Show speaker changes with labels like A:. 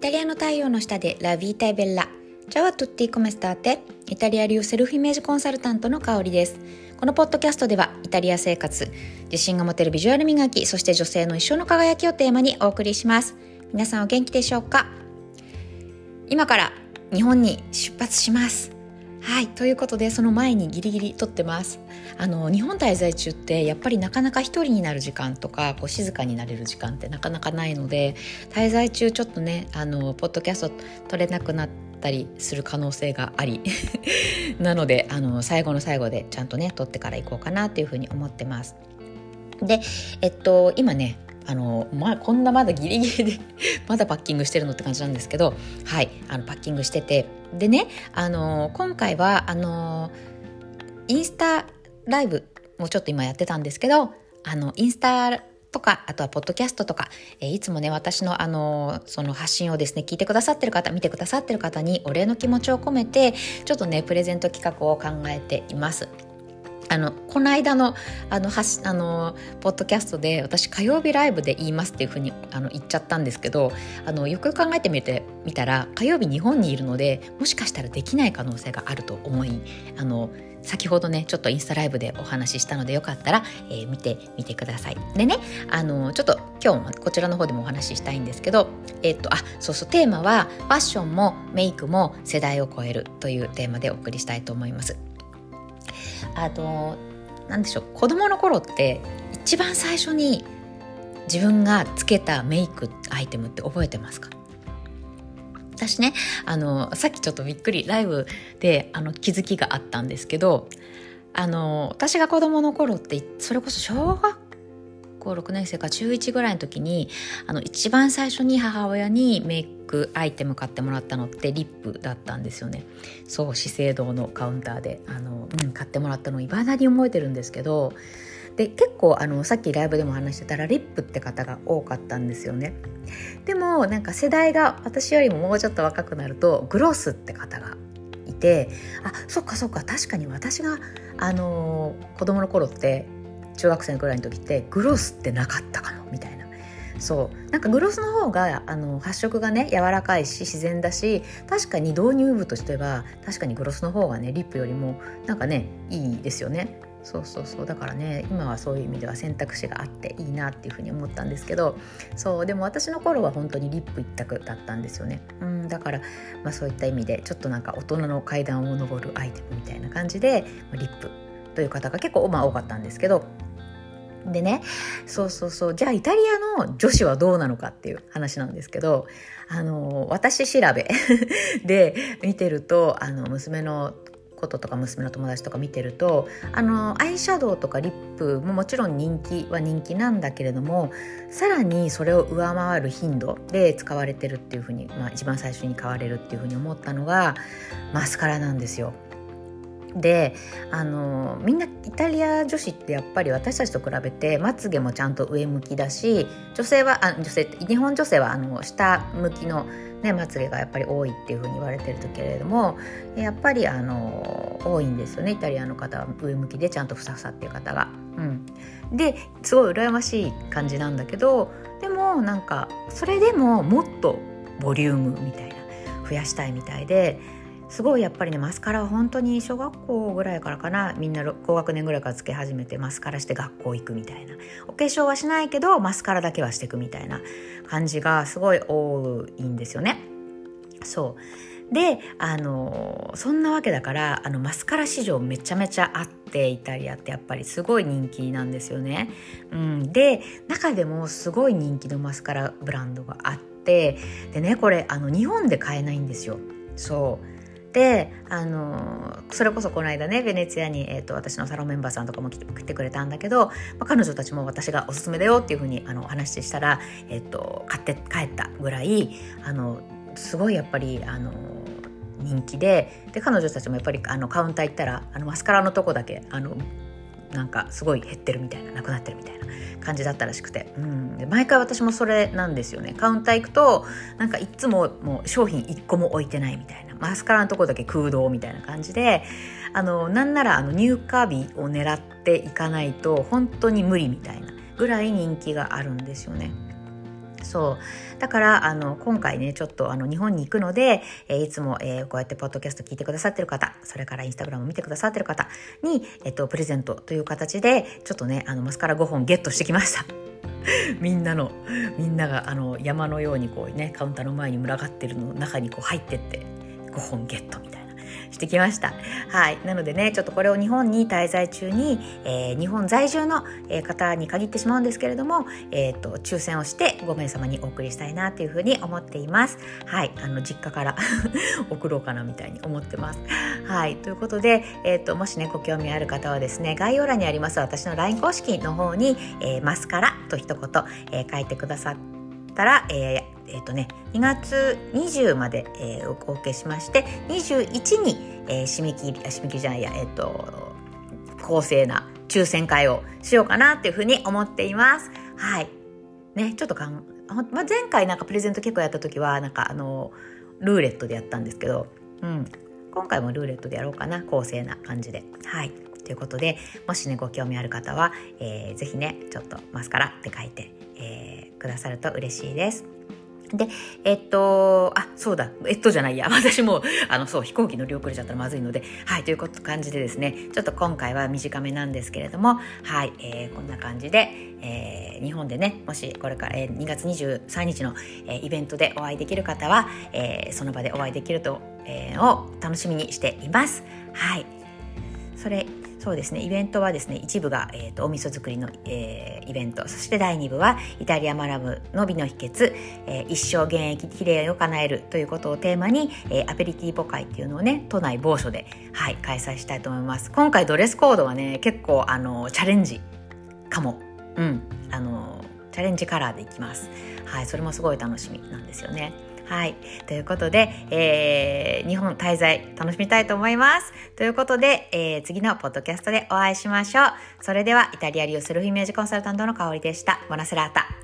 A: タリアの太陽の下でラビータイベッラ。チャワトゥッティコメスターテ。イタリア流セルフイメージコンサルタントの香りです。このポッドキャストではイタリア生活、自信が持てるビジュアル磨き、そして女性の一生の輝きをテーマにお送りします。皆さんお元気でしょうか？今から日本に出発します。はい、ということでその前にギリギリ撮ってます。日本滞在中ってやっぱりなかなか一人になる時間とか静かになれる時間ってなかなかないので、滞在中ちょっとねポッドキャスト撮れなくなったりする可能性がありなので最後の最後でちゃんとね撮ってから行こうかなというふうに思ってます。で今ねこんなまだギリギリでまだパッキングしてるのって感じなんですけど、はい、パッキングしてて、でね今回はインスタライブもちょっと今やってたんですけど、インスタとかあとはポッドキャストとか、いつもね私のその発信をですね聞いてくださってる方、見てくださってる方にお礼の気持ちを込めてちょっとねプレゼント企画を考えています。この間のポッドキャストで私火曜日ライブで言いますっていうふうに言っちゃったんですけど、よく考えてみたら火曜日日本にいるのでもしかしたらできない可能性があると思い、先ほどねちょっとインスタライブでお話ししたのでよかったら、見てみてください。でねちょっと今日もこちらの方でもお話ししたいんですけど、そうテーマはファッションもメイクも世代を超えるというテーマでお送りしたいと思います。なんでしょう、子供の頃って一番最初に自分がつけたメイクアイテムって覚えてますか？私ねさっきちょっとびっくりライブで気づきがあったんですけど、私が子供の頃ってそれこそ小学校6年生か中1ぐらいの時に一番最初に母親にメイクアイテム買ってもらったのってリップだったんですよね。そう資生堂のカウンターで買ってもらったのを未だに覚えてるんですけど、で結構さっきライブでも話してたらリップって方が多かったんですよね。でもなんか世代が私よりももうちょっと若くなるとグロスって方がいて、そっか確かに私が子供の頃って中学生ぐらいの時ってグロスってなかったかもみたいな。そうなんかグロスの方が発色がね柔らかいし自然だし、確かに導入部としては確かにグロスの方がねリップよりもなんかねいいですよね。そうだからね今はそういう意味では選択肢があっていいなっていうふうに思ったんですけど、そうでも私の頃は本当にリップ一択だったんですよね。だから、そういった意味でちょっとなんか大人の階段を上るアイテムみたいな感じでリップという方が結構多かったんですけど、でねそうじゃあイタリアの女子はどうなのかっていう話なんですけど、私調べで見てると娘のこととか娘の友達とか見てるとアイシャドウとかリップももちろん人気は人気なんだけれども、さらにそれを上回る頻度で使われてるっていうふうに、一番最初に買われるっていうふうに思ったのがマスカラなんですよ。でみんなイタリア女子ってやっぱり私たちと比べてまつげもちゃんと上向きだし、日本女性は下向きの、まつげがやっぱり多いっていう風に言われてるけれども、やっぱり多いんですよね。イタリアの方は上向きでちゃんとふさふさっていう方が、ですごい羨ましい感じなんだけど、でもなんかそれでももっとボリュームみたいな増やしたいみたいで、すごいやっぱりねマスカラは本当に小学校ぐらいからかな、みんな高学年ぐらいからつけ始めてマスカラして学校行くみたいな、お化粧はしないけどマスカラだけはしていくみたいな感じがすごい多いんですよね。そうでそんなわけだからマスカラ市場めちゃめちゃあって、イタリアってやっぱりすごい人気なんですよね。で中でもすごい人気のマスカラブランドがあって、でねこれ日本で買えないんですよ。そうでそれこそこの間ねベネツィアに、私のサロンメンバーさんとかも来てくれたんだけど、彼女たちも私がおすすめだよっていうふうにお話ししたら、買って帰ったぐらいすごいやっぱり人気で彼女たちもやっぱりカウンター行ったらマスカラのとこだけなんかすごい減ってるみたいな、なくなってるみたいな感じだったらしくて、で毎回私もそれなんですよね。カウンター行くとなんかいつももう商品1個も置いてないみたいな、マスカラのとこだけ空洞みたいな感じで、なんなら入荷日を狙っていかないと本当に無理みたいなぐらい人気があるんですよね。 そうだから今回ねちょっと日本に行くので、いつも、こうやってポッドキャスト聞いてくださってる方、それからインスタグラム見てくださってる方に、プレゼントという形でちょっとねマスカラ5本ゲットしてきましたみんなが山のようにこうねカウンターの前に群がってるの中にこう入ってって5本ゲットみたいなしてきました。はい。なのでね、ちょっとこれを日本に滞在中に、日本在住の方に限ってしまうんですけれども、抽選をして5名様にお送りしたいなというふうに思っています。はい。実家から送ろうかなみたいに思ってます。はい。ということで、もしね、ご興味ある方はですね、概要欄にあります私の LINE 公式の方に、マスカラと一言、書いてくださったら、2月20まで、お受けしまして21に、締め切りじゃないや、公正な抽選会をしようかなっていうふうに思っています。はい。ね、ちょっと前回プレゼント結構やった時はルーレットでやったんですけど、今回もルーレットでやろうかな、公正な感じで。はい。ということで、もしねご興味ある方は、ぜひねちょっとマスカラって書いて、くださると嬉しいです。で、そうだ、じゃないや、私も飛行機乗り遅れちゃったらまずいので、はい、という感じでですね、ちょっと今回は短めなんですけれども、はい、こんな感じで、日本でね、もしこれから、2月23日の、イベントでお会いできる方は、その場でお会いできると、を楽しみにしています。はい。そうですね、イベントはですね、一部が、お味噌作りの、イベント、そして第2部はイタリアマラムの美の秘訣、一生現役きれいを叶えるということをテーマに、アペリティポ会っていうのをね都内某所で、はい、開催したいと思います。今回ドレスコードはね結構チャレンジかも、チャレンジカラーでいきます。はい、それもすごい楽しみなんですよね。はい。ということで、日本滞在楽しみたいと思います。ということで、次のポッドキャストでお会いしましょう。それでは、イタリア流セルフイメージコンサルタントの香りでした。ボナセラータ。